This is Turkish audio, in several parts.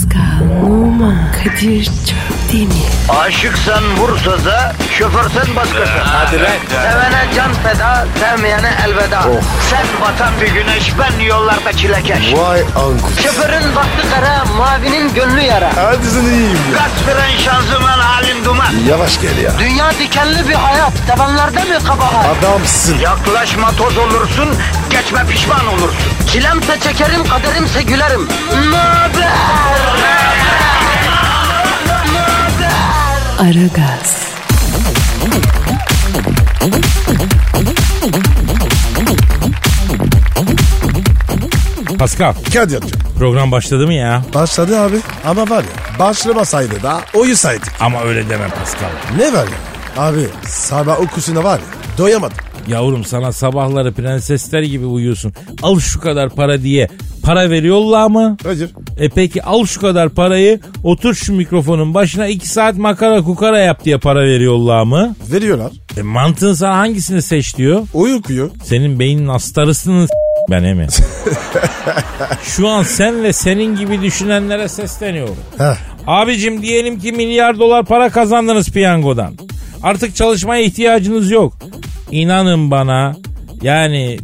Pascal, Oman, Kadir çok değil mi? Aşıksan vursa da, şoförsen başkasın. Hadi lan. Sevene can feda, sevmeyene elveda. Sen batan bir güneş, ben yollarda çilekeş. Vay anku. Şoförün baktı kara, mavinin gönlü yara. Hadi sen iyiyim ya. Kasperen şanzıman halin duman. Yavaş gel ya. Dünya dikenli bir hayat, sevenlerde mi kabahar? Adamsın. Yaklaşma toz olursun, geçme pişman olursun. Çilemse çekerim, kaderimse gülerim. Möber! Aragaz. Pascal, Kadir'cim. program başladı mı ya? Başladı abi. Ama var ya, başlamasaydı da uyusaydık. Ama öyle deme Pascal. Ne var ya? Abi sabah uykusuna var ya, doyamadım. Yavrum, sana sabahları prensesler gibi uyuyorsun. Al şu kadar para diye para veriyorlar mı? Hayır. Peki al şu kadar parayı, otur şu mikrofonun başına 2 saat makara kukara yap diye para veriyorlar mı? Veriyorlar. Mantığın sana hangisini seç diyor? Uykuyor. Senin beynin astarısını ben hemen. Şu an sen ve senin gibi düşünenlere sesleniyorum. Heh. Abicim, diyelim ki milyar dolar para kazandınız piyangodan. Artık çalışmaya ihtiyacınız yok. İnanın bana, yani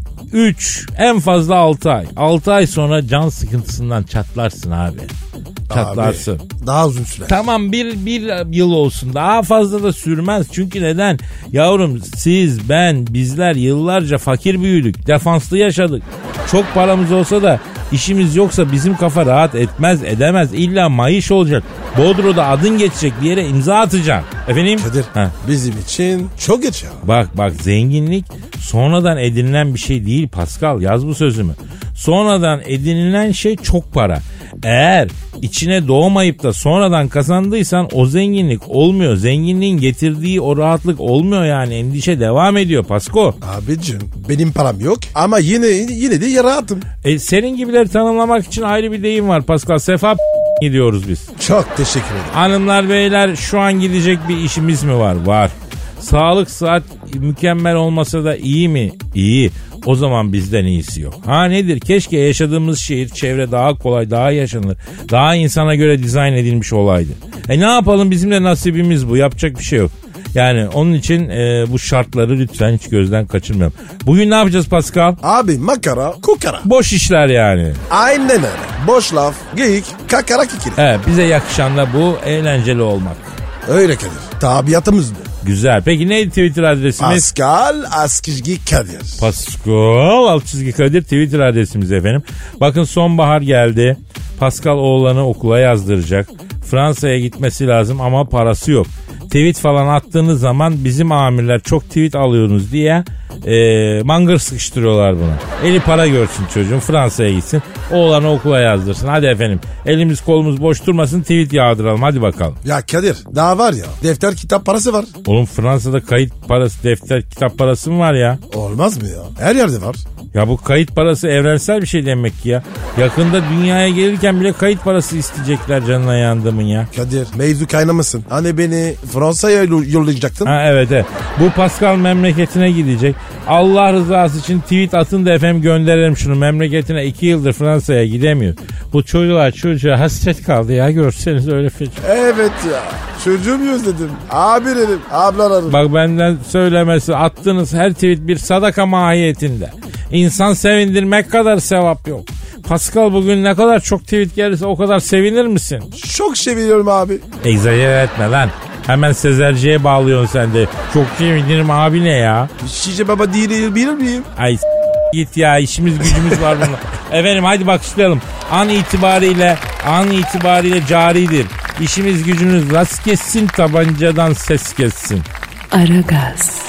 3 en fazla 6 ay. 6 ay sonra can sıkıntısından çatlarsın abi. Çatlarsın. Abi, daha uzun sürer. Tamam, bir yıl olsun, daha fazla da sürmez. Çünkü neden? Yavrum, siz, ben, bizler yıllarca fakir büyüdük. Defanslı yaşadık. Çok paramız olsa da işimiz yoksa bizim kafa rahat etmez, edemez. İlla mayış olacak. Bodro'da adın geçecek, bir yere imza atacaksın. Efendim? Kadir, bizim için çok geç ya. Bak, zenginlik sonradan edinilen bir şey değil Pascal. Yaz bu sözümü. Sonradan edinilen şey çok para. Eğer içine doğmayıp da sonradan kazandıysan o zenginlik olmuyor. Zenginliğin getirdiği o rahatlık olmuyor yani. Endişe devam ediyor Pasko. Abicim benim param yok ama yine de rahatım. Senin gibileri tanımlamak için ayrı bir deyim var Pascal. Sefa gidiyoruz biz. Çok teşekkür ederim. Hanımlar beyler, şu an gidecek bir işimiz mi var? Var. Sağlık saat mükemmel olmasa da iyi mi? İyi. O zaman bizden iyisi yok. Ha nedir? Keşke yaşadığımız şehir, çevre daha kolay, daha yaşanılır, daha insana göre dizayn edilmiş olaydı. Ne yapalım, bizim de nasibimiz bu. Yapacak bir şey yok. Yani onun için bu şartları lütfen hiç gözden kaçırmayalım. Bugün ne yapacağız Pascal? Abi makara, kukara. Boş işler yani. Aynen öyle. Boş laf, geyik, kakara kikiri. Evet, bize yakışan da bu, eğlenceli olmak. Öyle Kadir. Tabiatımız bu. Güzel. Peki neydi Twitter adresimiz? Pascal Askizgi Kadir. Pascal _ Kadir Twitter adresimiz efendim. Bakın, sonbahar geldi. Pascal oğlanı okula yazdıracak. Fransa'ya gitmesi lazım ama parası yok. Tweet falan attığınız zaman bizim amirler çok tweet alıyorsunuz diye mangır sıkıştırıyorlar buna. Eli para görsün çocuğun, Fransa'ya gitsin, oğlanı okula yazdırsın. Hadi efendim, elimiz kolumuz boş durmasın, tweet yağdıralım, hadi bakalım. Ya Kadir, daha var ya, defter kitap parası var. Oğlum, Fransa'da kayıt parası, defter kitap parası mı var ya? Olmaz mı ya? Her yerde var. Ya bu kayıt parası evrensel bir şey demek ki ya. Yakında dünyaya gelirken bile kayıt parası isteyecekler canına yandımın ya. Kadir, mevzu kaynamasın. Hani beni Fransa'ya yollayacaktın. Ha evet. Bu Pascal memleketine gidecek. Allah rızası için tweet atın da efendim gönderelim şunu memleketine. 2 yıldır Fransa'ya gidemiyor. Bu çocuğa hasret kaldı ya, görseniz öyle feci. Evet ya. Çocuğumu özledim. Abilerim, ablalarım. Bak, benden söylemesi, attığınız her tweet bir sadaka mahiyetinde. İnsan sevindirmek kadar sevap yok. Pascal, bugün ne kadar çok tweet gelirse o kadar sevinir misin? Çok seviniyorum abi. Egzajere etme lan. Hemen Sezerci'ye bağlıyorsun sen de. Çok sevinirim abi ne ya? Şişe baba değil bilir miyim? Ay git ya, işimiz gücümüz var bununla. Efendim hadi başlayalım. An itibariyle caridir. İşimiz gücümüz rast kessin, tabancadan ses kessin. Aragaz.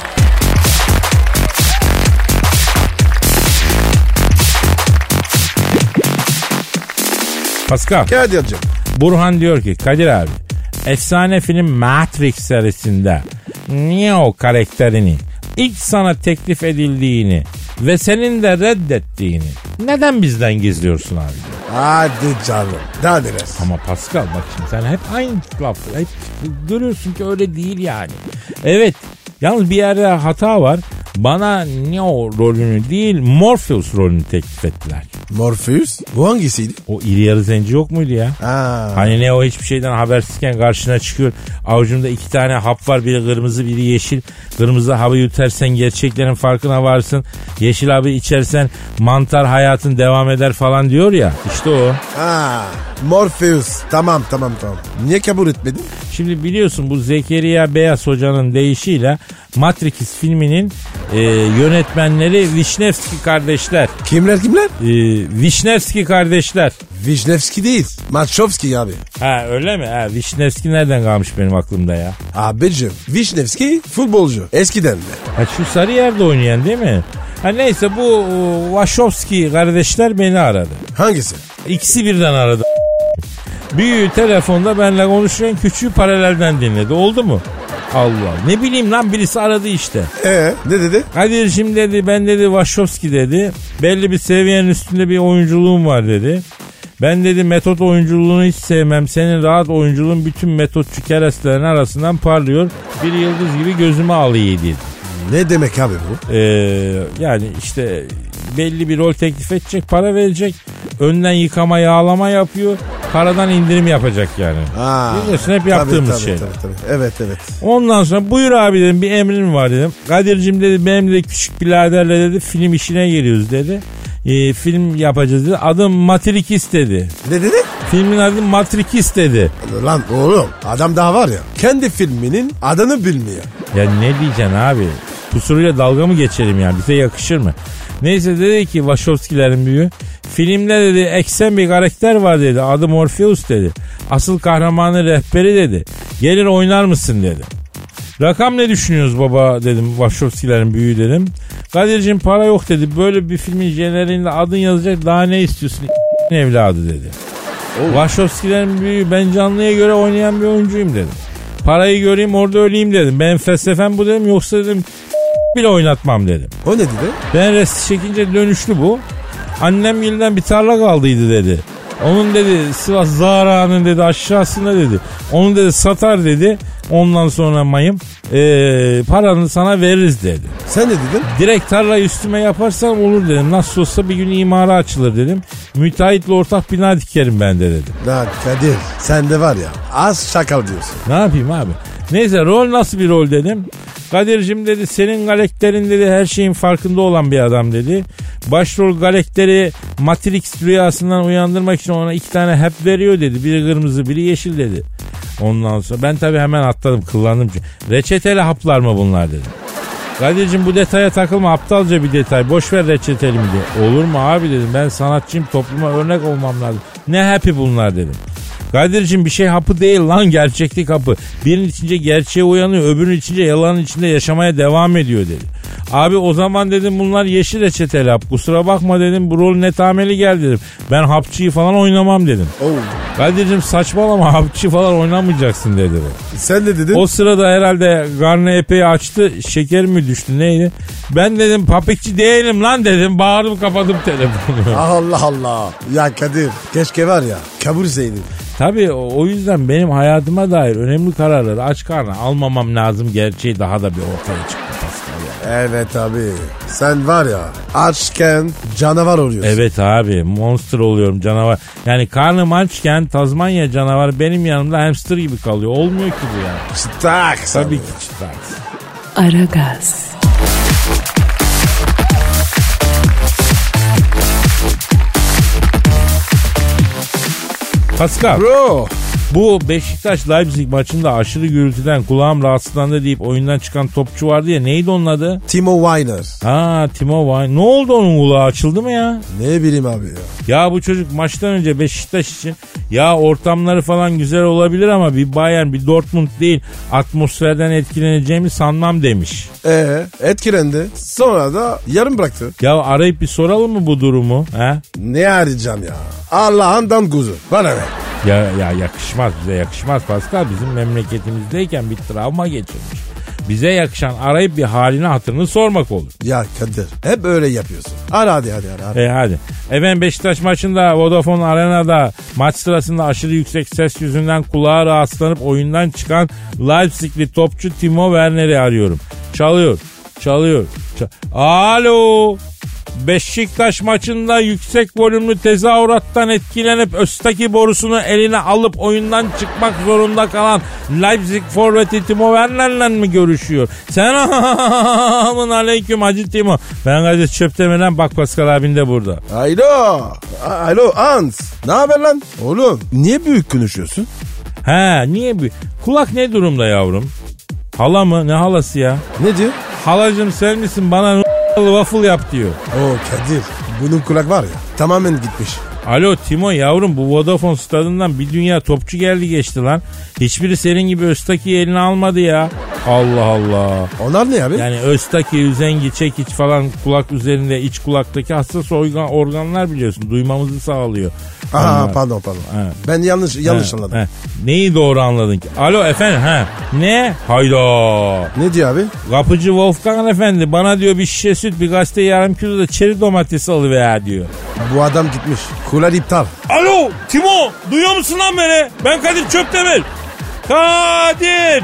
Pascal. Kadir'cim. Burhan diyor ki, Kadir abi, efsane film Matrix serisinde Neo karakterini ilk sana teklif edildiğini ve senin de reddettiğini neden bizden gizliyorsun abi? Hadi canım. Daha neler? Ama Pascal bak, şimdi sen hep aynı lafı hep görüyorsun ki öyle değil yani. Evet, yalnız bir yerde hata var. Bana Neo rolünü değil Morpheus rolünü teklif ettiler. Morpheus? Bu hangisiydi? O iri yarı zenci yok muydu ya? Aa. Hani ne o hiçbir şeyden habersizken karşına çıkıyor. Avucunda 2 tane hap var. Biri kırmızı biri yeşil. Kırmızı hapı yutarsan gerçeklerin farkına varsın. Yeşil hapı içersen mantar hayatın devam eder falan diyor ya. İşte o. Aa, Morpheus. Tamam. Niye kabul etmedin? Şimdi biliyorsun bu Zekeriya Beyaz Hoca'nın deyişiyle Matrix filminin yönetmenleri Vishnevski kardeşler. Kimler? Vishnevski kardeşler. Vişnevski değil. Maçovski abi. Ha öyle mi? Ha, Vishnevski nereden kalmış benim aklımda ya? Abicim Vişnevski futbolcu. Eskiden de. Ha şu Sarıyer'de oynayan değil mi? Ha neyse bu Wachowski kardeşler beni aradı. Hangisi? İkisi birden aradı. Büyüğü telefonda benimle konuşurken küçüğü paralelden dinledi. Oldu mu? Allah. Ne bileyim lan birisi aradı işte. Ne dedi? Kadir'cim dedi ben dedi Wachowski dedi. Belli bir seviyenin üstünde bir oyunculuğum var dedi. Ben dedi metot oyunculuğunu hiç sevmem. Senin rahat oyunculuğun bütün metotçu kerestlerin arasından parlıyor. Bir yıldız gibi gözüme alıyor dedi. Ne demek abi bu? Yani işte belli bir rol teklif edecek, para verecek. Önden yıkama, yağlama yapıyor. Paradan indirim yapacak yani. Biliyorsun hep yaptığımız şey. Tabii. Evet. Ondan sonra buyur abi dedim bir emrin var dedim. Kadir'cim dedi benim de küçük biraderle dedi film işine giriyoruz dedi. Film yapacağız dedi. Adım Matrix dedi. Ne dedi? Filmin adı Matrix dedi. Lan oğlum adam daha var ya kendi filminin adını bilmiyor. Ya ne diyeceksin abi? Kusuruyla dalga mı geçelim yani? Bize yakışır mı? Neyse dedi ki Wachowski'lerin büyüğü. Filmde dedi eksen bir karakter var dedi. Adı Morpheus dedi. Asıl kahramanı rehberi dedi. Gelir oynar mısın dedi. Rakam ne düşünüyoruz baba dedim Wachowski'lerin büyüğü dedim. Kadir'cim para yok dedi. Böyle bir filmin jeneriğinde adın yazacak daha ne istiyorsun evladı dedi. Wachowski'lerin büyüğü ben canlıya göre oynayan bir oyuncuyum dedim. Parayı göreyim orada öleyim dedim. Ben felsefem bu dedim yoksa dedim bile oynatmam dedim. O ne dedi? Ben resti çekince dönüşlü bu. Annem yıldan bir tarla kaldıydı dedi. Onun dedi Sivas Zara'nın dedi aşağısında dedi. Onu dedi satar dedi. Ondan sonra mayım paranı sana veririz dedi. Sen ne dedin? Direkt tarlayı üstüme yaparsan olur dedim. Nasıl olsa bir gün imara açılır dedim. Müteahhitle ortak bina dikerim ben de dedim. Ya Kadir sen de var ya az şakal diyorsun. Ne yapayım abi? Neyse rol nasıl bir rol dedim. Kadir'cim dedi senin galakterin dedi her şeyin farkında olan bir adam dedi. Başrol galakleri Matrix rüyasından uyandırmak için ona 2 tane hap veriyor dedi. Biri kırmızı biri yeşil dedi. Ondan sonra ben tabii hemen atladım kıllandım. Reçeteli haplar mı bunlar dedim. Kadir'cim bu detaya takılma aptalca bir detay. Boş ver reçeteli mi diye. Olur mu abi dedim ben sanatçıyım topluma örnek olmam lazım. Ne happy bunlar dedim. Kadir'cim bir şey hapı değil lan gerçeklik hapı. Birinin içince gerçeğe uyanıyor öbürünün içince yalanın içinde yaşamaya devam ediyor dedi. Abi o zaman dedim bunlar yeşil reçeteli hap. Kusura bakma dedim bu rol netameli geldi dedim. Ben hapçıyı falan oynamam dedim. Kadir'cim saçmalama hapçı falan oynamayacaksın dedi bu. Sen ne dedin? O sırada herhalde karnı epey açtı. Şeker mi düştü neydi? Ben dedim papikçi değilim lan dedim. Bağırdım kapadım telefonu. Allah Allah. Ya Kadir keşke var ya kabul etseydin. Tabii o yüzden benim hayatıma dair önemli kararları aç karnına almamam lazım. Gerçeği daha da bir ortaya çıktı Pascal ya. Evet abi. Sen var ya açken canavar oluyorsun. Evet abi monster oluyorum canavar. Yani karnım açken Tazmanya canavarı benim yanımda hamster gibi kalıyor. Olmuyor ki bu ya. Çıtak. Tabii ki çıtak. Aragaz. Pascal. Bro. Bu Beşiktaş-Leipzig maçında aşırı gürültüden kulağım rahatsızlandı deyip oyundan çıkan topçu vardı ya neydi onun adı? Timo Werner. Ha Timo Werner. Ne oldu onun kulağı açıldı mı ya? Ne bileyim abi ya. Ya bu çocuk maçtan önce Beşiktaş için ya ortamları falan güzel olabilir ama bir Bayern bir Dortmund değil atmosferden etkileneceğimi sanmam demiş. Etkilendi. Sonra da yarım bıraktı. Ya arayıp bir soralım mı bu durumu? He? Ne arayacağım ya? Allah'ın danguzu. Bana ne? Ya yakışmaz bize yakışmaz Pascal bizim memleketimizdeyken bir travma geçirmiş. Bize yakışan arayıp bir halini hatırını sormak olur. Ya Kadir hep öyle yapıyorsun. Ara hadi. Hadi. Efendim Beşiktaş maçında Vodafone Arena'da maç sırasında aşırı yüksek ses yüzünden kulağı rahatsızlanıp oyundan çıkan Leipzig'li topçu Timo Werner'i arıyorum. Çalıyor. Alo. Beşiktaş maçında yüksek volümlü tezahürattan etkilenip Öztaki borusunu eline alıp oyundan çıkmak zorunda kalan Leipzig forveti Timo Werner'le mi görüşüyor? Selamun aleyküm Hacı Timo. Ben Kadir Çöptemelen, bak Pascal abin de burada. Alo Hans. Ne haber lan? Oğlum niye büyük konuşuyorsun? Niye büyük? Kulak ne durumda yavrum? Hala mı? Ne halası ya? Ne diyor? Halacığım sen misin, bana waffle yap diyor. Kadir bunun kulak var ya tamamen gitmiş. Alo Timo yavrum, bu Vodafone stadından bir dünya topçu geldi geçti lan. Hiçbiri senin gibi Öztaki'yi eline almadı ya. Allah Allah. Onlar ne abi? Yani Öztaki, Üzengi, Çekiç falan kulak üzerinde iç kulaktaki hassas organlar biliyorsun. Duymamızı sağlıyor. Pardon. Ben yanlış anladım. Neyi doğru anladın ki? Alo efendim ne? Hayda. Ne diyor abi? Kapıcı Wolfgang efendi bana diyor bir şişe süt, bir gazete, yarım kilo da çeri domatesi alıver diyor. Bu adam gitmiş. Kulak iptal. Alo Timo, duyuyor musun lan beni? Ben Kadir Çöptemir. Kadir.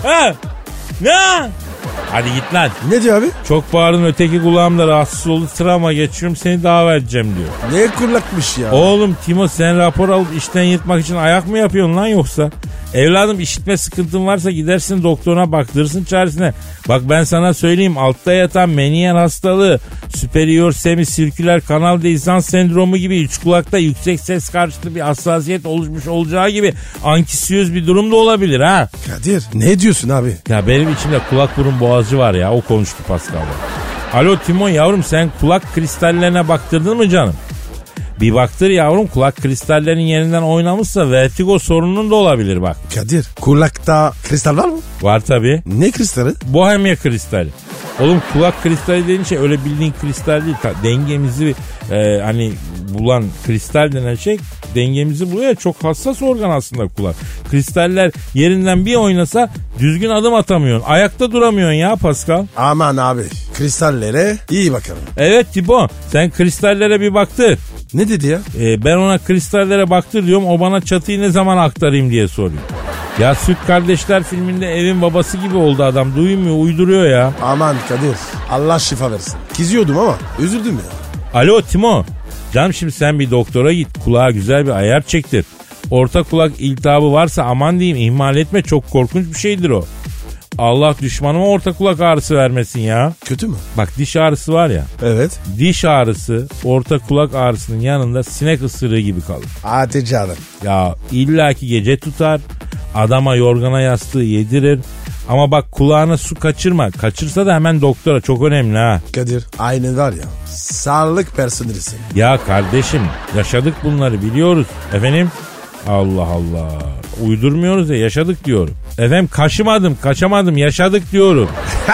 Ne? Hadi git lan. Ne diyor abi? Çok bağırdın, öteki kulağımda rahatsız oldu, travma geçiyorum, seni dava edeceğim diyor. Ne kulakmış ya? Oğlum Timo, sen rapor alıp işten yırtmak için ayak mı yapıyorsun lan yoksa? Evladım, işitme sıkıntın varsa gidersin doktoruna, baktırırsın çaresine. Bak ben sana söyleyeyim, altta yatan meniyen hastalığı, superior semisirküler kanal dehisans sendromu gibi iç kulakta yüksek ses karşıtı bir hassasiyet oluşmuş olacağı gibi ankisiyöz bir durum da olabilir ha. Kadir ne diyorsun abi? Ya benim içimde kulak burun boğazcı var ya, o konuştu Pascal'la. Alo Timon yavrum, sen kulak kristallerine baktırdın mı canım? Bir baktır yavrum, kulak kristallerin yerinden oynamışsa vertigo sorunun da olabilir bak. Kadir kulakta kristal var mı? Var tabii. Ne kristali? Bohemia kristali. Oğlum kulak kristali dediğin şey öyle bildiğin kristal değil. Dengemizi hani bulan kristal denen şey dengemizi buluyor. Çok hassas organ aslında kulak. Kristaller yerinden bir oynasa düzgün adım atamıyorsun. Ayakta duramıyorsun ya Pascal. Aman abi, kristallere iyi bakalım. Evet Tibo, sen kristallere bir baktır. Ne dedi ya? Ben ona kristallere baktır diyorum, o bana çatıyı ne zaman aktarayım diye soruyor. Ya Süt Kardeşler filminde evin babası gibi oldu adam, duymuyor, uyduruyor ya. Aman Kadir, Allah şifa versin. Kiziyordum ama üzüldüm ya. Alo Timo, canım şimdi sen bir doktora git, kulağa güzel bir ayar çektir. Orta kulak iltihabı varsa aman diyeyim, ihmal etme, çok korkunç bir şeydir o. Allah düşmanıma orta kulak ağrısı vermesin ya. Kötü mü? Bak diş ağrısı var ya. Evet. Diş ağrısı orta kulak ağrısının yanında sinek ısırığı gibi kalır. Hadi canım. Ya illaki gece tutar, adama yorgana yastığı yedirir. Ama bak kulağına su kaçırma. Kaçırsa da hemen doktora, çok önemli ha. Kadir aynı var ya, sağlık personelisin. Ya kardeşim yaşadık bunları, biliyoruz. Efendim? Allah Allah. Uydurmuyoruz ya, yaşadık diyorum. Efendim kaçamadım yaşadık diyorum.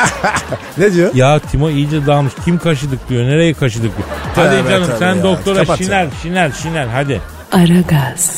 Ne diyor? Ya Timo iyice dağılmış. Kim kaşıdık diyor, nereye kaşıdık diyor. Hadi Tabii, canım sen ya. doktora Kapat şiner hadi. Aragaz.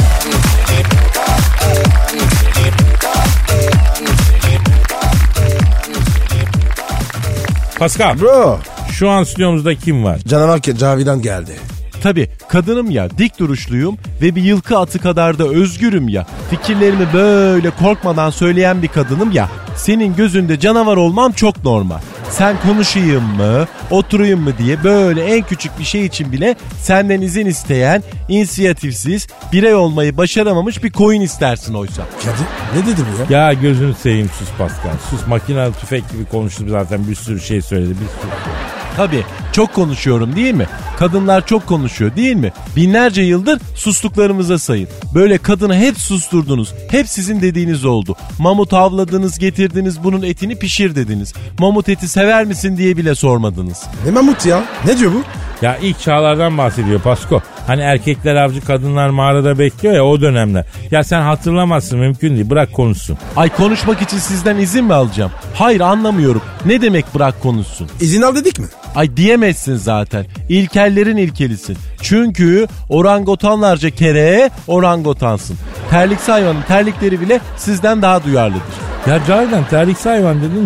Pascal, Bro. şu an stüdyomuzda kim var? Canavar Cavidan geldi. Tabii kadınım ya, dik duruşluyum ve bir yılkı atı kadar da özgürüm ya. Fikirlerimi böyle korkmadan söyleyen bir kadınım ya. Senin gözünde canavar olmam çok normal. Sen konuşayım mı, oturayım mı diye böyle en küçük bir şey için bile senden izin isteyen, inisiyatifsiz, birey olmayı başaramamış bir koyun istersin oysa. Kadir ne dedi bu ya? Ya gözünü seveyim, sus Pascal. Sus, makinalı tüfek gibi konuştu zaten, bir sürü şey söyledi. Bir sürü. Tabii çok konuşuyorum değil mi? Kadınlar çok konuşuyor değil mi? Binlerce yıldır sustuklarımıza sayın. Böyle kadını hep susturdunuz. Hep sizin dediğiniz oldu. Mamut avladınız, getirdiniz, bunun etini pişir dediniz. Mamut eti sever misin diye bile sormadınız. Ne mamut ya? Ne diyor bu? Ya ilk çağlardan bahsediyor Pasko. Hani erkekler avcı, kadınlar mağarada bekliyor ya, o dönemler. Ya sen hatırlamazsın, mümkün değil, bırak konuşsun. Ay konuşmak için sizden izin mi alacağım? Hayır, anlamıyorum. Ne demek bırak konuşsun? İzin al dedik mi? Ay diyemezsin zaten. İlkellerin ilkelisin. Çünkü orangotanlarca kere orangotansın. Terlik hayvanın terlikleri bile sizden daha duyarlıdır. Ya Cavidan, terliksi hayvan dedin de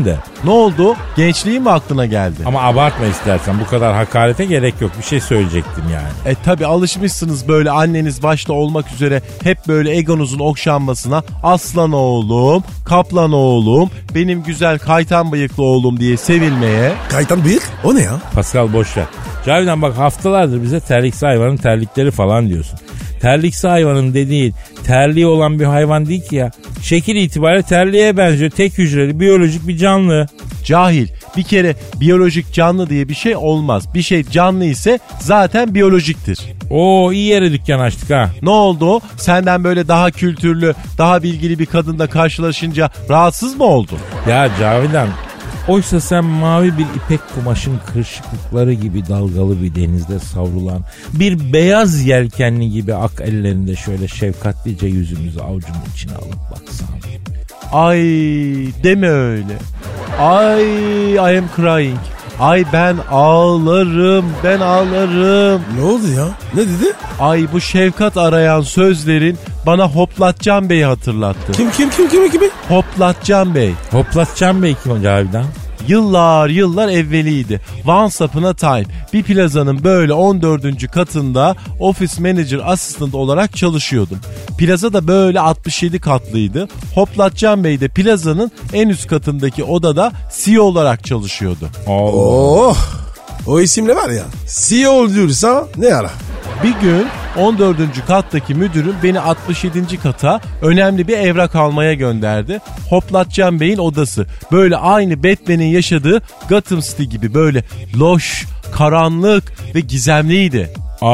Ne oldu? Gençliğin mi aklına geldi? Ama abartma istersen, bu kadar hakarete gerek yok. Bir şey söyleyecektim yani. Tabi alışmışsınız böyle anneniz başta olmak üzere hep böyle egonuzun okşanmasına, aslan oğlum, kaplan oğlum, benim güzel kaytan bıyıklı oğlum diye sevilmeye. Kaytan bıyık? O ne ya? Pascal boş ver. Cavidan bak, haftalardır bize terliksi hayvanın terlikleri falan diyorsun. Terliksi hayvanın dediğin terliği olan bir hayvan değil ki ya. Şekil itibariyle terliğe benziyor. Tek hücreli biyolojik bir canlı. Cahil. Bir kere biyolojik canlı diye bir şey olmaz. Bir şey canlı ise zaten biyolojiktir. Oo, iyi yere dükkan açtık ha. Ne oldu? Senden böyle daha kültürlü, daha bilgili bir kadınla karşılaşınca rahatsız mı oldun? Ya Cavidan, oysa sen mavi bir ipek kumaşın kırışıklıkları gibi dalgalı bir denizde savrulan bir beyaz yelkenli gibi ak ellerinde şöyle şefkatlice yüzümüzü avucunun içine alıp baksan. Ay deme öyle. Ay I am crying. Ay ben ağlarım, ben ağlarım. Ne oldu ya? Ne dedi? Ay bu şefkat arayan sözlerin bana Hoplatcan Bey'i hatırlattı. Kim? Hoplatcan Bey. Hoplatcan Bey kim Cavidan? Yıllar evveliydi. Once Upon a Time bir plazanın böyle 14. katında office manager assistant olarak çalışıyordum. Plaza da böyle 67 katlıydı. Hoplatcan Bey de plazanın en üst katındaki odada CEO olarak çalışıyordu. Oh! O isimle var ya, CEO olursa ne ara? Bir gün 14. kattaki müdürüm beni 67. kata önemli bir evrak almaya gönderdi. Hoplatcan Bey'in odası. Böyle aynı Batman'in yaşadığı Gotham City gibi böyle loş, karanlık ve gizemliydi.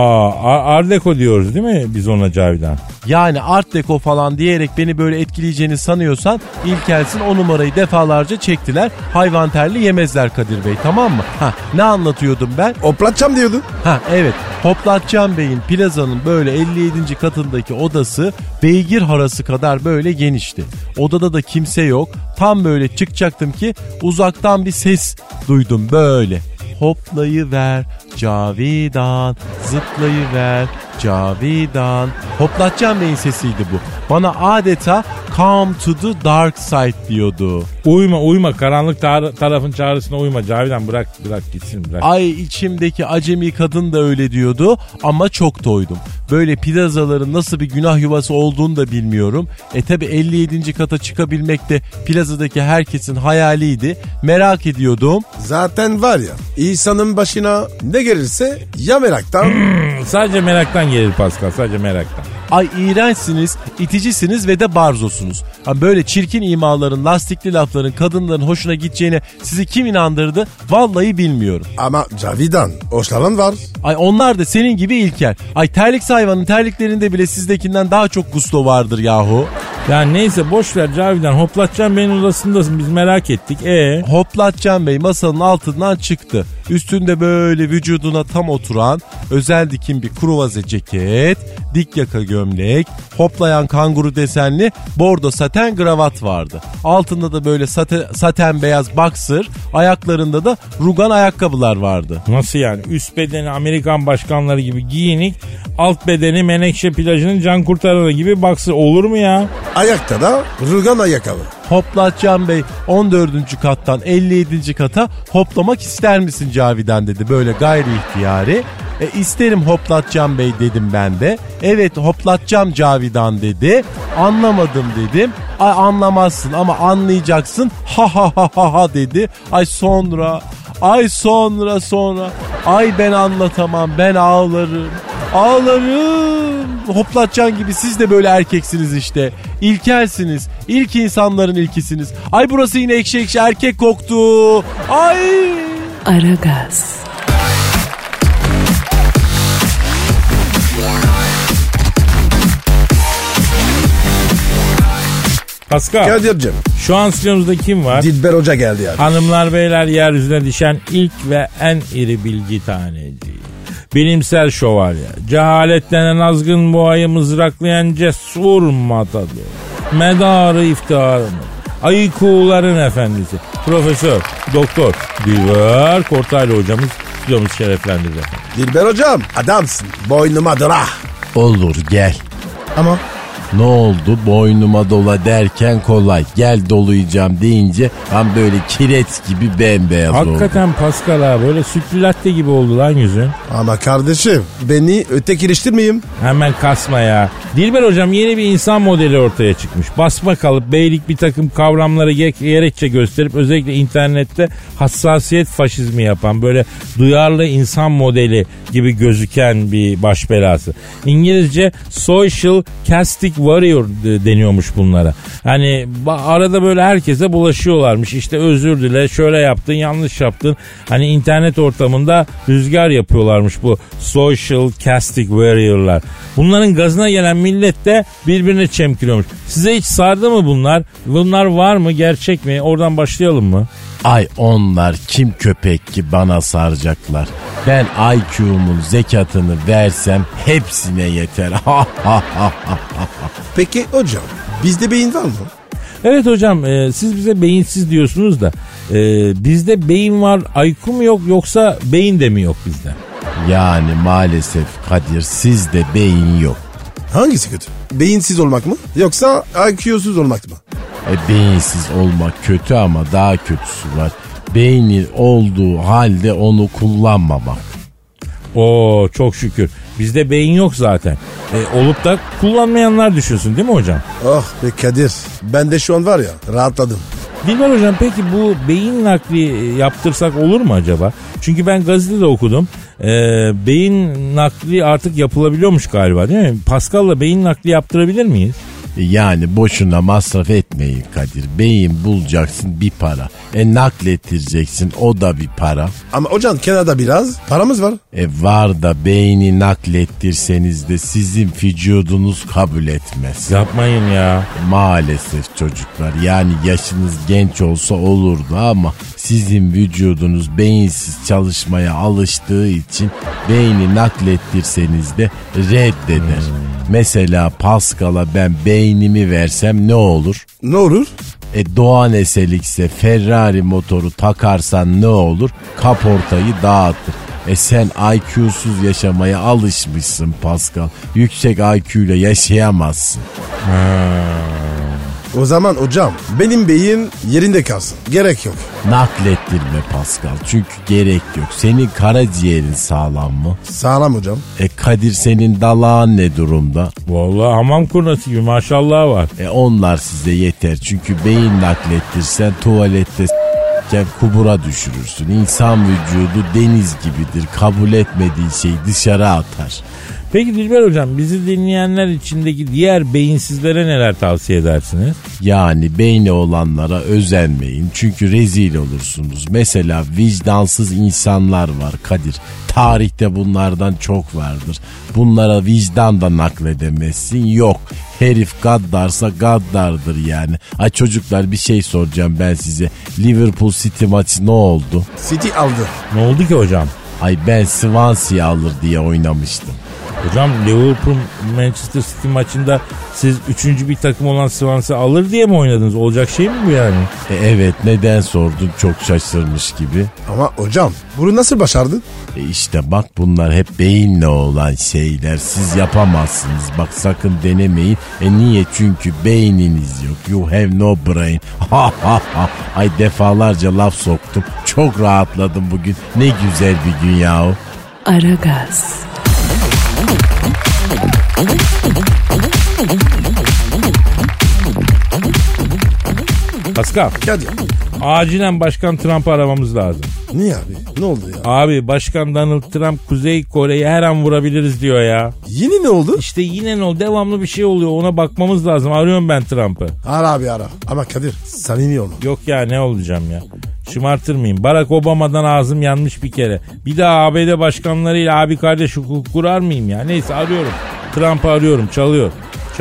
Art Deco diyoruz değil mi biz ona Cavidan? Yani Art Deco falan diyerek beni böyle etkileyeceğini sanıyorsan İlkelsin, o numarayı defalarca çektiler. Hayvan terli yemezler Kadir Bey, tamam mı? Ne anlatıyordum ben? Hoplatacağım diyordun. Evet, Hoplatcan Bey'in plazanın böyle 57. katındaki odası beygir harası kadar böyle genişti. Odada da kimse yok. Tam böyle çıkacaktım ki uzaktan bir ses duydum böyle. Hoplayıver Cavidan, zıplayıver Cavidan. Hoplatcan Bey'in sesiydi bu. Bana adeta come to the dark side diyordu. Uyma karanlık tarafın çağrısına uyma Cavidan, bırak gitsin bırak. Ay içimdeki acemi kadın da öyle diyordu ama çok doydum. Böyle plazaların nasıl bir günah yuvası olduğunu da bilmiyorum. Tabi 57. kata çıkabilmek de plazadaki herkesin hayaliydi. Merak ediyordum. Zaten var ya, insanın başına ne gelirse ya meraktan. Sadece meraktan gelir Pascal, sadece meraktan. Ay iğrençsiniz, iticisiniz ve de barzosunuz. Böyle çirkin imaların, lastikli lafların kadınların hoşuna gideceğine sizi kim inandırdı? Vallahi bilmiyorum. Ama Cavidan, hoşlanan var. Ay onlar da senin gibi ilkel. Ay terlik hayvanın terliklerinde bile sizdekinden daha çok gusto vardır yahu. Ya neyse boş ver Cavidan, Hoplatcan Bey'in odasındasın, biz merak ettik. Hoplatcan Bey masanın altından çıktı. Üstünde böyle vücuduna tam oturan özel dikim bir kruvaze ceket, dik yaka gömlek, hoplayan kanguru desenli bordo saten kravat vardı. Altında da böyle saten beyaz boxer, ayaklarında da rugan ayakkabılar vardı. Nasıl yani? Üst bedeni Amerikan başkanları gibi giyinik, alt bedeni Menekşe plajının can kurtaranı gibi boxer olur mu ya? Ayakta da rugan ayakkabı. Hoplatcan Bey 14. kattan 57. kata hoplamak ister misin Cavidan dedi böyle gayri ihtiyari. İsterim Hoplatcan Bey dedim ben de. Evet hoplatacağım Cavidan dedi. Anlamadım dedim. Ay anlamazsın ama anlayacaksın. Ha dedi. Ay sonra. Ay ben anlatamam, ben ağlarım. Hoplatcan gibi siz de böyle erkeksiniz işte. İlkelsiniz. İlk insanların ilkisiniz. Ay burası yine ekşi erkek koktu. Ay. Aragaz. Pascal, Kadir'cim, şu an stüdyomuzda kim var? Dilber Hoca geldi yani. Hanımlar beyler, yeryüzüne düşen ilk ve en iri bilgi taneci. Bilimsel şövalye. Cehaletlenen azgın boğayı mızraklayan cesur matador. Medarı iftiharımız. Aykuların efendisi. Profesör, Doktor Dilber Kortaylı hocamız stüdyomuzu şereflendirdi. Dilber Hocam, adamsın. Boynuma dıra. Olur gel. Ama Ne oldu? Boynuma dola derken kolay. Gel dolayacağım deyince tam böyle kireç gibi bembeyaz oldu. Hakikaten Pascal abi böyle sütlü latte gibi oldu lan yüzün. Ama kardeşim beni ötekileştirmeyeyim. Hemen kasma ya. Dilber hocam yeni bir insan modeli ortaya çıkmış. Basma kalıp beylik bir takım kavramları gerekçe gösterip özellikle internette hassasiyet faşizmi yapan böyle duyarlı insan modeli gibi gözüken bir baş belası. İngilizce social casting warrior deniyormuş bunlara. Hani arada böyle herkese bulaşıyorlarmış. İşte özür dile, şöyle yaptın, yanlış yaptın. Hani internet ortamında rüzgar yapıyorlarmış bu social casting warrior'lar. Bunların gazına gelen millet de birbirine çemkiriyormuş. Size hiç sardı mı bunlar? Bunlar var mı? Gerçek mi? Oradan başlayalım mı? Ay onlar kim köpek ki bana saracaklar. Ben IQ'mun zekatını versem hepsine yeter. Peki hocam bizde beyin var mı? Evet hocam siz bize beyinsiz diyorsunuz da bizde beyin var, IQ mu yok yoksa beyin de mi yok bizde? Yani maalesef Kadir sizde beyin yok. Hangisi kötü? Beyinsiz olmak mı yoksa IQ'suz olmak mı? Beyinsiz olmak kötü ama daha kötüsü var. Beynin olduğu halde onu kullanmamak. Oo çok şükür. Bizde beyin yok zaten. Olup da kullanmayanlar düşünsün değil mi hocam? Oh be Kadir. Ben de şu an var ya rahatladım. Dilber hocam peki bu beyin nakli yaptırsak olur mu acaba? Çünkü ben gazetede okudum. Beyin nakli artık yapılabiliyormuş galiba değil mi? Pascal'la beyin nakli yaptırabilir miyiz? Yani boşuna masraf etmeyin Kadir. Beyin bulacaksın bir para. Naklettireceksin o da bir para. Ama hocam kenarda biraz paramız var. Var da beyni naklettirseniz de sizin vücudunuz kabul etmez. Yapmayın ya. Maalesef çocuklar. Yani yaşınız genç olsa olurdu ama sizin vücudunuz beyinsiz çalışmaya alıştığı için beyni naklettirseniz de reddeder. Mesela Pascal'a ben beynimi versem ne olur? Ne olur? Doğan Eselix'e Ferrari motoru takarsan ne olur? Kaportayı dağıtır. Sen IQ'suz yaşamaya alışmışsın Pascal. Yüksek IQ ile yaşayamazsın. O zaman hocam benim beyin yerinde kalsın. Gerek yok. Naklettirme Pascal. Çünkü gerek yok. Senin karaciğerin sağlam mı? Sağlam hocam. Kadir senin dalağın ne durumda? Vallahi hamam kurnası gibi maşallah var. Onlar size yeter. Çünkü beyin naklettirsen tuvalette kubura düşürürsün. İnsan vücudu deniz gibidir. Kabul etmediği şeyi dışarı atar. Peki Dilber hocam bizi dinleyenler içindeki diğer beyinsizlere neler tavsiye edersiniz? Yani beyni olanlara özenmeyin çünkü rezil olursunuz. Mesela vicdansız insanlar var Kadir. Tarihte bunlardan çok vardır. Bunlara vicdan da nakledemezsin. Yok. Herif gaddarsa gaddardır yani. Ay çocuklar bir şey soracağım ben size. Liverpool City maçı ne oldu? City aldı. Ne oldu ki hocam? Ay ben Swansea alır diye oynamıştım. Hocam Liverpool Manchester City maçında siz 3. bir takım olan Swansea alır diye mi oynadınız? Olacak şey mi bu yani? Evet neden sordun çok şaşırmış gibi. Ama hocam bunu nasıl başardın? İşte bak bunlar hep beyinle olan şeyler. Siz yapamazsınız. Bak sakın denemeyin. Niye? Çünkü beyniniz yok. You have no brain. Ay defalarca laf soktum. Çok rahatladım bugün. Ne güzel bir gün yahu. Aragaz. Pascal, Hadi. acilen Başkan Trump'ı aramamız lazım. Niye abi? Ne oldu ya? Abi Başkan Donald Trump Kuzey Kore'yi her an vurabiliriz diyor ya. Yine ne oldu? İşte yine ne oldu? Devamlı bir şey oluyor. Ona bakmamız lazım. Arıyorum ben Trump'ı. Ara abi ara. Ama Kadir samimi olma. Yok ya ne olacağım ya? Şımartır mıyım? Barack Obama'dan ağzım yanmış bir kere. Bir daha ABD başkanlarıyla abi kardeş hukuk kurar mıyım ya? Neyse arıyorum. Trump'ı arıyorum. Çalıyor.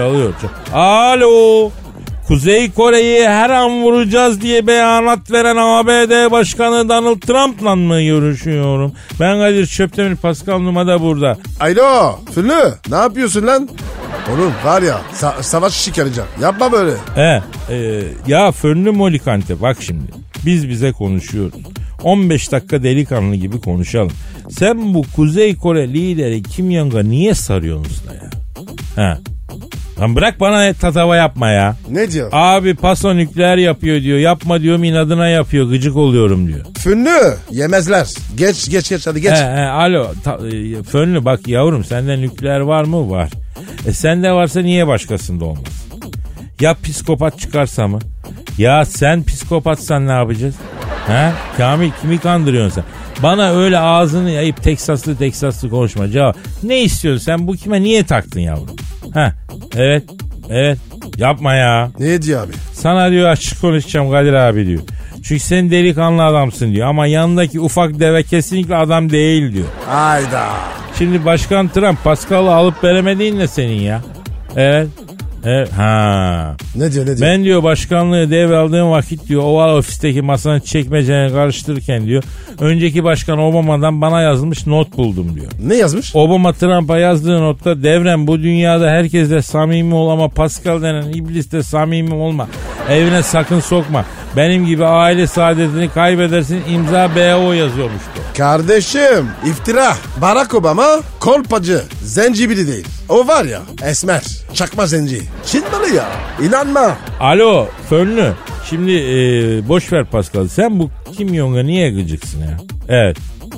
Alo. Kuzey Kore'yi her an vuracağız diye beyanat veren ABD Başkanı Donald Trump'la mı görüşüyorum? Ben Kadir Çöptemir, Pascal Numa da burada. Alo Fırlı ne yapıyorsun lan? Oğlum var ya savaş çıkaracak. Yapma böyle. Ya Fönlü Molikante bak şimdi. Biz bize konuşuyoruz. 15 dakika delikanlı gibi konuşalım. Sen bu Kuzey Kore lideri Kim Jong'a niye sarıyorsun da ya? Lan bırak bana tatava yapma ya. Ne diyor? Abi paso nükleer yapıyor diyor. Yapma diyorum, inadına yapıyor. Gıcık oluyorum diyor. Fünlü yemezler. Geç hadi geç. Alo Fönlü bak yavrum, sende nükleer var mı? Var. Sende varsa niye başkasında olmaz? Ya psikopat çıkarsa mı? Ya sen psikopatsan ne yapacağız? He? Kamil, kimi kandırıyorsun sen? Bana öyle ağzını yayıp Teksaslı konuşma. Cevap. Ne istiyorsun sen? Bu kime niye taktın yavrum? Evet. Yapma ya. Ne diyor abi? Sana diyor açık konuşacağım Kadir abi diyor. Çünkü sen delikanlı adamsın diyor. Ama yanındaki ufak deve kesinlikle adam değil diyor. Hayda. Şimdi Başkan Trump Pascal'ı alıp veremediğin ne senin ya? Evet. Ha. Ne diyor? Ben diyor başkanlığı devraldığım vakit diyor Oval Ofis'teki masanın çekmecelerini karıştırırken diyor önceki başkan Obama'dan bana yazılmış not buldum diyor. Ne yazmış? Obama Trump'a yazdığı notta devrem bu dünyada herkesle samimi ol ama Pascal denen iblisle samimi olma. Evine sakın sokma. Benim gibi aile saadetini kaybedersin, imza BO yazıyormuştu. Kardeşim iftira. Barack Obama kolpacı. Zencibili değil. O var ya esmer. Çakma zenci. Çin malı ya. İnanma. Alo Fönlü. Şimdi boş ver Pascal. Sen bu Kim Jong'a niye gıcıksın ya? Evet.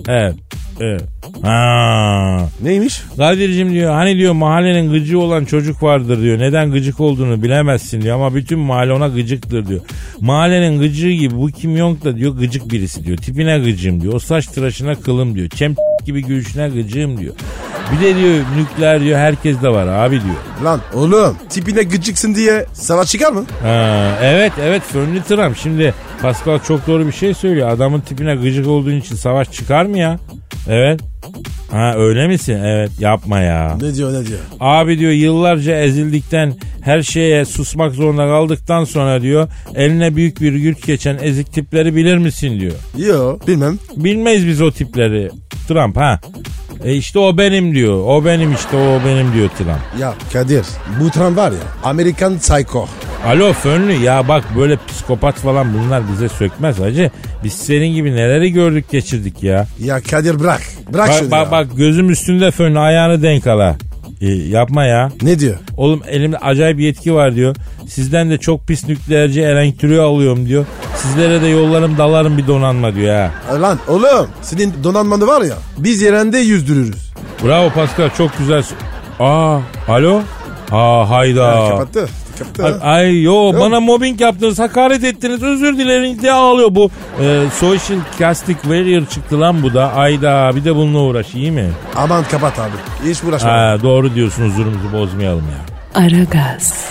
Ha. Neymiş? Kadir'cim diyor hani diyor mahallenin gıcığı olan çocuk vardır diyor. Neden gıcık olduğunu bilemezsin diyor ama bütün mahalle ona gıcıktır diyor. Mahallenin gıcığı gibi bu Kim Jong da diyor gıcık birisi diyor. Tipine gıcığım diyor. O saç tıraşına kılım diyor. Çem gibi gülüşüne gıcığım diyor. Bir de diyor nükleer diyor herkes de var abi diyor. Lan oğlum tipine gıcıksın diye savaş çıkar mı? Evet Fönlü Trump. Şimdi Pascal çok doğru bir şey söylüyor. Adamın tipine gıcık olduğun için savaş çıkar mı ya? Evet. Öyle misin? Evet yapma ya. Ne diyor? Abi diyor yıllarca ezildikten her şeye susmak zorunda kaldıktan sonra diyor eline büyük bir güç geçen ezik tipleri bilir misin diyor. Yok bilmem. Bilmeyiz biz o tipleri Trump İşte o benim diyor. O benim diyor Trump. Ya Kadir bu Trump var ya Amerikan psycho. Alo Fönlü ya bak böyle psikopat falan bunlar bize sökmez hacı. Biz senin gibi neleri gördük geçirdik ya. Ya Kadir bırak şunu bak gözüm üstünde Fönlü ayağını denk ala. Yapma ya. Ne diyor? Oğlum elimde acayip yetki var diyor. Sizden de çok pis nükleerci elektriği alıyorum diyor. Sizlere de yollarım dalarım bir donanma diyor ha. Lan oğlum senin donanmanı var ya biz yerinde yüzdürürüz. Bravo Pascal çok güzel. Alo? Hayda. Kapattı. Bana mobbing yaptınız, hakaret ettiniz, özür dilerim diye ağlıyor bu. Social Casting Warrior çıktı lan bu da. Ayda bir de bununla uğraş iyi mi? Aman kapat abi. Hiç uğraşma. Doğru diyorsun, huzurumuzu bozmayalım ya. Aragaz.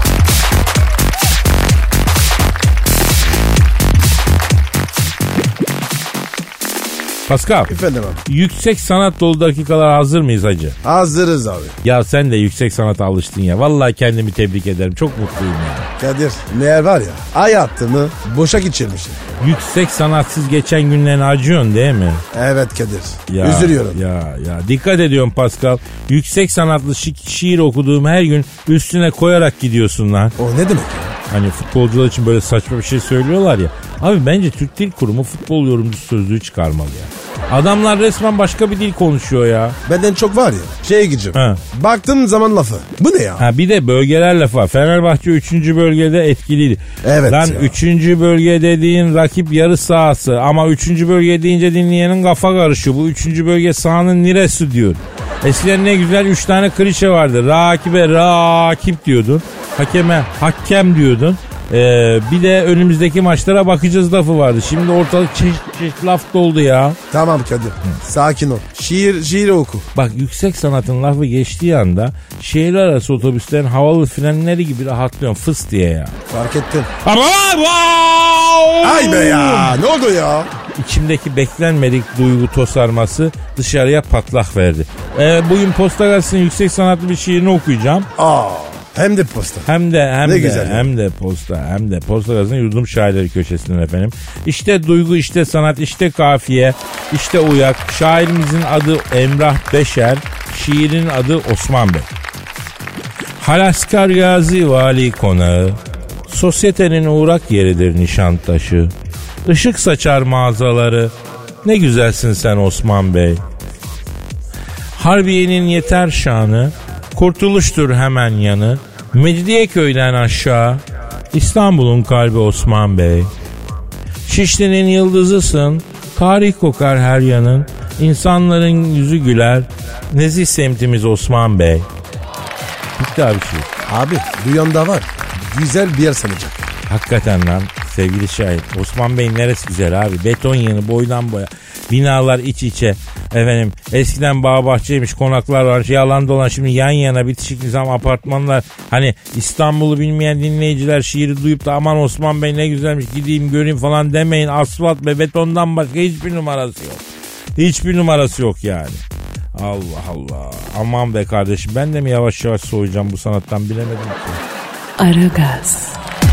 Pascal. Efendim abi. Yüksek sanat dolu dakikalar hazır mıyız hacı? Hazırız abi. Ya sen de yüksek sanata alıştın ya. Vallahi kendimi tebrik ederim. Çok mutluyum ya. Kadir meğer var ya hayatımı boşa geçirmişim. Yüksek sanatsız geçen günlerini acıyorsun değil mi? Evet Kadir. Ya, üzülüyorum. Ya dikkat ediyorum Pascal. Yüksek sanatlı şiir okuduğum her gün üstüne koyarak gidiyorsun lan. O ne demek ya? Hani futbolcular için böyle saçma bir şey söylüyorlar ya. Abi bence Türk Dil Kurumu futbol yorumcusu sözlüğü çıkarmalı ya. Adamlar resmen başka bir dil konuşuyor ya. Benden çok var ya şeye gideceğim. Baktığım zaman lafı. Bu ne ya? Bir de bölgeler lafı var. Fenerbahçe 3. bölgede etkiliydi. Evet lan ya. 3. bölge dediğin rakip yarı sahası. Ama 3. bölge deyince dinleyenin kafa karışıyor. Bu 3. bölge sahanın neresi diyor. Eskiden ne güzel 3 tane klişe vardı. Rakibe rakip diyordun. Hakeme hakem diyordun. Bir de önümüzdeki maçlara bakacağız lafı vardı. Şimdi ortalık çeşit laf doldu ya. Tamam Kadir. Sakin ol. Şiir oku. Bak yüksek sanatın lafı geçtiği anda şehirler arası otobüslerin havalı frenleri gibi rahatlıyorsun fıs diye ya. Fark ettim. Ama Ay be ya ne oldu ya? İçimdeki beklenmedik duygu tosarması dışarıya patlak verdi. Bugün Posta Gazetesi'nin yüksek sanatlı bir şiirini okuyacağım. Hem de posta. Hem güzel de Posta Gazetesi'nin yurdum şairleri köşesinden efendim. İşte duygu, işte sanat, işte kafiye, işte uyak. Şairimizin adı Emrah Beşer, şiirin adı Osman Bey. Halaskar Gazi Vali Konağı, sosyetenin uğrak yeridir Nişantaşı. Işık saçar mağazaları, ne güzelsin sen Osman Bey. Harbiye'nin yeter şanı, kurtuluştur hemen yanı. Mecidiyeköy'den aşağı İstanbul'un kalbi Osman Bey. Şişli'nin yıldızısın, tarih kokar her yanın, insanların yüzü güler, nezih semtimiz Osman Bey. Bitti abi şey. Abi duyan da var. Güzel bir yer sanacak. Hakikaten lan sevgili şahit. Osman Bey'in neresi güzel abi? Beton yığını boydan boya. Binalar iç içe. Efendim eskiden bağ bahçeymiş, konaklar var. Yalan dolan şimdi yan yana bitişik nizam apartmanlar. Hani İstanbul'u bilmeyen dinleyiciler şiiri duyup da aman Osman Bey ne güzelmiş gideyim göreyim falan demeyin. Asfalt ve betondan başka hiçbir numarası yok. Hiçbir numarası yok yani. Allah Allah. Aman be kardeşim ben de mi yavaş yavaş soğuyacağım bu sanattan bilemedim ki. Aragaz.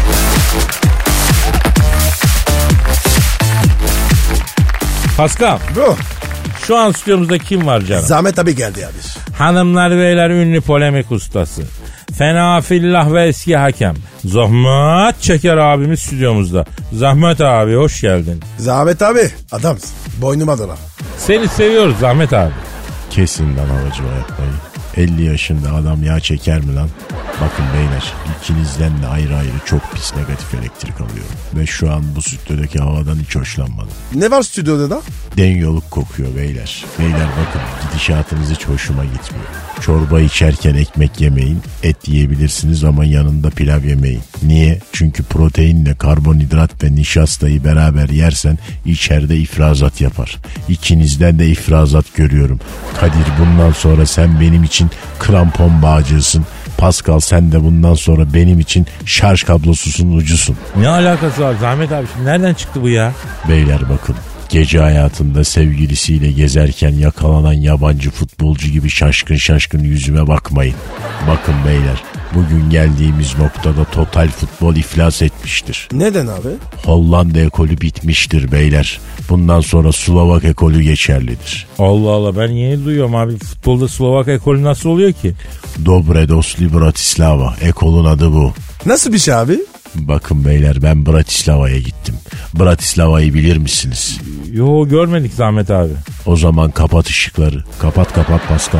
Pascal. Bro. Şu an stüdyomuzda kim var canım? Zahmet abi geldi abi. Hanımlar beyler ünlü polemik ustası. Fena fillah ve eski hakem. Zahmet Çeker abimiz stüdyomuzda. Zahmet abi hoş geldin. Zahmet abi adamsın. Boynuma dola. Seni seviyoruz Zahmet abi. Kesin lan havacı yapmayı. 50 yaşında adam yağ çeker mi lan? Bakın beyler ikinizden de ayrı ayrı çok pis negatif elektrik alıyorum. Ve şu an bu stüdyodaki havadan hiç hoşlanmadım. Ne var stüdyoda da? Denyoluk kokuyor beyler. Beyler bakın gidişatınız hiç hoşuma gitmiyor. Çorba içerken ekmek yemeyin, et yiyebilirsiniz ama yanında pilav yemeyin. Niye? Çünkü proteinle karbonhidrat ve nişastayı beraber yersen içeride ifrazat yapar. İkinizden de ifrazat görüyorum. Kadir bundan sonra sen benim için krampon bağcısın. Pascal sen de bundan sonra benim için şarj kablosusun ucusun. Ne alakası var Zahmet abi şimdi nereden çıktı bu ya? Beyler bakın. Gece hayatında sevgilisiyle gezerken yakalanan yabancı futbolcu gibi şaşkın şaşkın yüzüme bakmayın. Bakın beyler bugün geldiğimiz noktada total futbol iflas etmiştir. Neden abi? Hollanda ekolü bitmiştir beyler. Bundan sonra Slovak ekolü geçerlidir. Allah Allah ben yeni duyuyorum abi. Futbolda Slovak ekolü nasıl oluyor ki? Dobre Dosli Bratislava ekolun adı bu. Nasıl bir şey abi? Bakın beyler ben Bratislava'ya gittim. Bratislava'yı bilir misiniz? Yo görmedik Zahmet abi. O zaman kapat ışıkları. Kapat Pascal.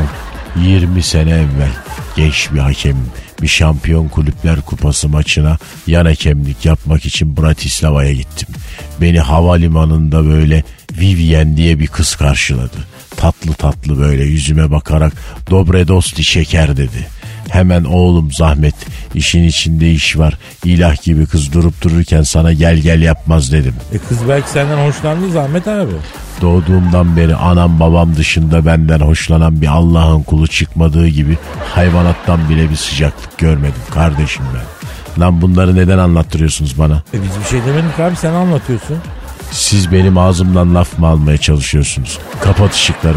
20 sene evvel genç bir hakemim bir Şampiyon Kulüpler Kupası maçına yan hakemlik yapmak için Bratislava'ya gittim. Beni havalimanında böyle Vivien diye bir kız karşıladı. Tatlı tatlı böyle yüzüme bakarak Dobre Dosti şeker dedi. Hemen oğlum Zahmet işin içinde iş var. İlah gibi kız durup dururken sana gel yapmaz dedim. Kız belki senden hoşlandı Zahmet abi. Doğduğumdan beri anam babam dışında benden hoşlanan bir Allah'ın kulu çıkmadığı gibi hayvanattan bile bir sıcaklık görmedim kardeşim ben. Lan bunları neden anlattırıyorsunuz bana? Biz bir şey demedik abi sen anlatıyorsun. Siz benim ağzımdan laf mı almaya çalışıyorsunuz? Kapat ışıkları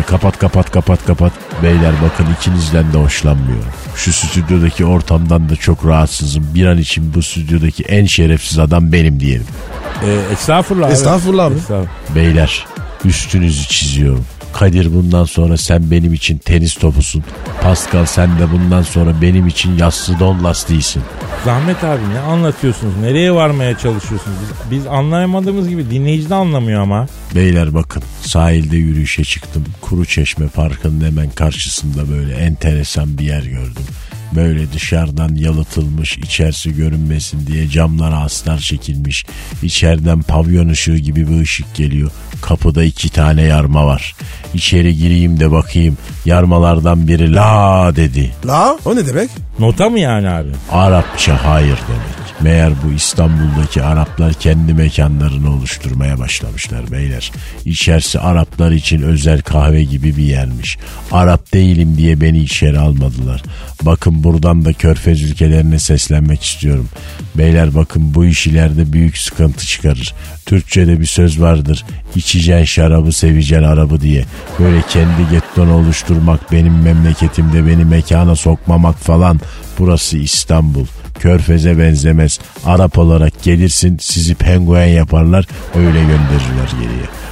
kapat. Beyler bakın ikinizden de hoşlanmıyorum. Şu stüdyodaki ortamdan da çok rahatsızım. Bir an için bu stüdyodaki en şerefsiz adam benim diyelim. Estağfurullah abi. Estağfurullah abi. Beyler üstünüzü çiziyorum. Kadir bundan sonra sen benim için tenis topusun. Pascal sen de bundan sonra benim için yassı don lastiğisin. Zahmet abi ne anlatıyorsunuz? Nereye varmaya çalışıyorsunuz? Biz anlayamadığımız gibi dinleyici de anlamıyor ama. Beyler bakın sahilde yürüyüşe çıktım. Kuruçeşme Parkı'nın hemen karşısında böyle enteresan bir yer gördüm. Böyle dışarıdan yalıtılmış içerisi görünmesin diye camlara astar çekilmiş. İçeriden pavyon ışığı gibi bir ışık geliyor. Kapıda 2 tane yarma var. İçeri gireyim de bakayım. Yarmalardan biri la dedi. La o ne demek? Nota mı yani abi? Arapça hayır demek. Meğer bu İstanbul'daki Araplar kendi mekanlarını oluşturmaya başlamışlar beyler. İçerisi Araplar için özel kahve gibi bir yermiş. Arap değilim diye beni içeri almadılar. Bakın buradan da Körfez ülkelerine seslenmek istiyorum. Beyler bakın bu iş ileride büyük sıkıntı çıkarır. Türkçe'de bir söz vardır. İçeceksin şarabı seveceksin arabı diye. Böyle kendi gettonu oluşturmak benim memleketimde beni mekana sokmamak falan. Burası İstanbul. Körfez'e benzemez. Arap olarak gelirsin sizi penguen yaparlar öyle gönderirler geriye.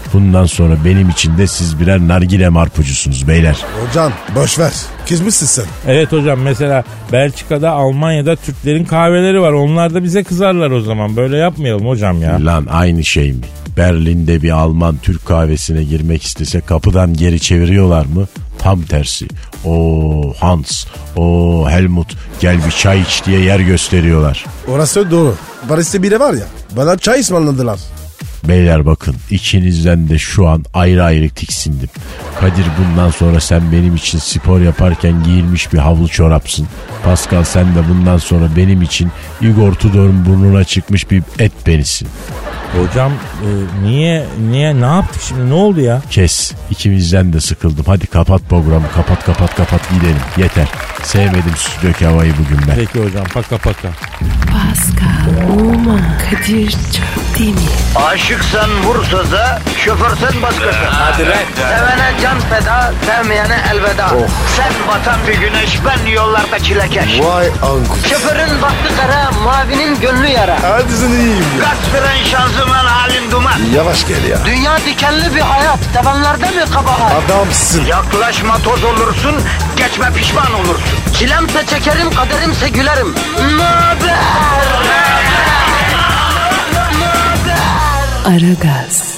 Bundan sonra benim için de siz birer nargile marpucusunuz beyler. Hocam boş ver. Kızmışsın sen. Evet hocam, mesela Belçika'da, Almanya'da Türklerin kahveleri var. Onlar da bize kızarlar o zaman. Böyle yapmayalım hocam ya. Lan aynı şey mi? Berlin'de bir Alman Türk kahvesine girmek istese kapıdan geri çeviriyorlar mı? Tam tersi. O Hans, o Helmut gel bir çay iç diye yer gösteriyorlar. Orası doğru. Paris'te biri var ya, bana çay ısmarladılar. Beyler bakın, ikinizden de şu an ayrı ayrı tiksindim. Kadir, bundan sonra sen benim için spor yaparken giyilmiş bir havlu çorapsın. Pascal, sen de bundan sonra benim için Igor Tudor'un burnuna çıkmış bir et benisin. Hocam niye ne yaptık şimdi, ne oldu ya? Kes, ikimizden de sıkıldım. Hadi kapat programı, kapat gidelim. Yeter, sevmedim stüdyodaki havayı bugün ben. Peki hocam, paka. Pascal, Oman, Kadir çok değil mi? Aşıksan vursa da, şoförsen başkasın. Hadi lan. Sevene can feda, sevmeyene elveda. Sen batan bir güneş, ben yollarda çilekeş. Vay anku. Şoförün baktı kara, mavinin gönlü yara. Hadi sen iyiyim ya. Kasperen şanzıman halin duman. Yavaş gel ya. Dünya dikenli bir hayat, sevenlerde mi kabahar? Adamsın. Yaklaşma toz olursun, geçme pişman olursun. Çilemse çekerim, kaderimse gülerim. Möber! Aragaz.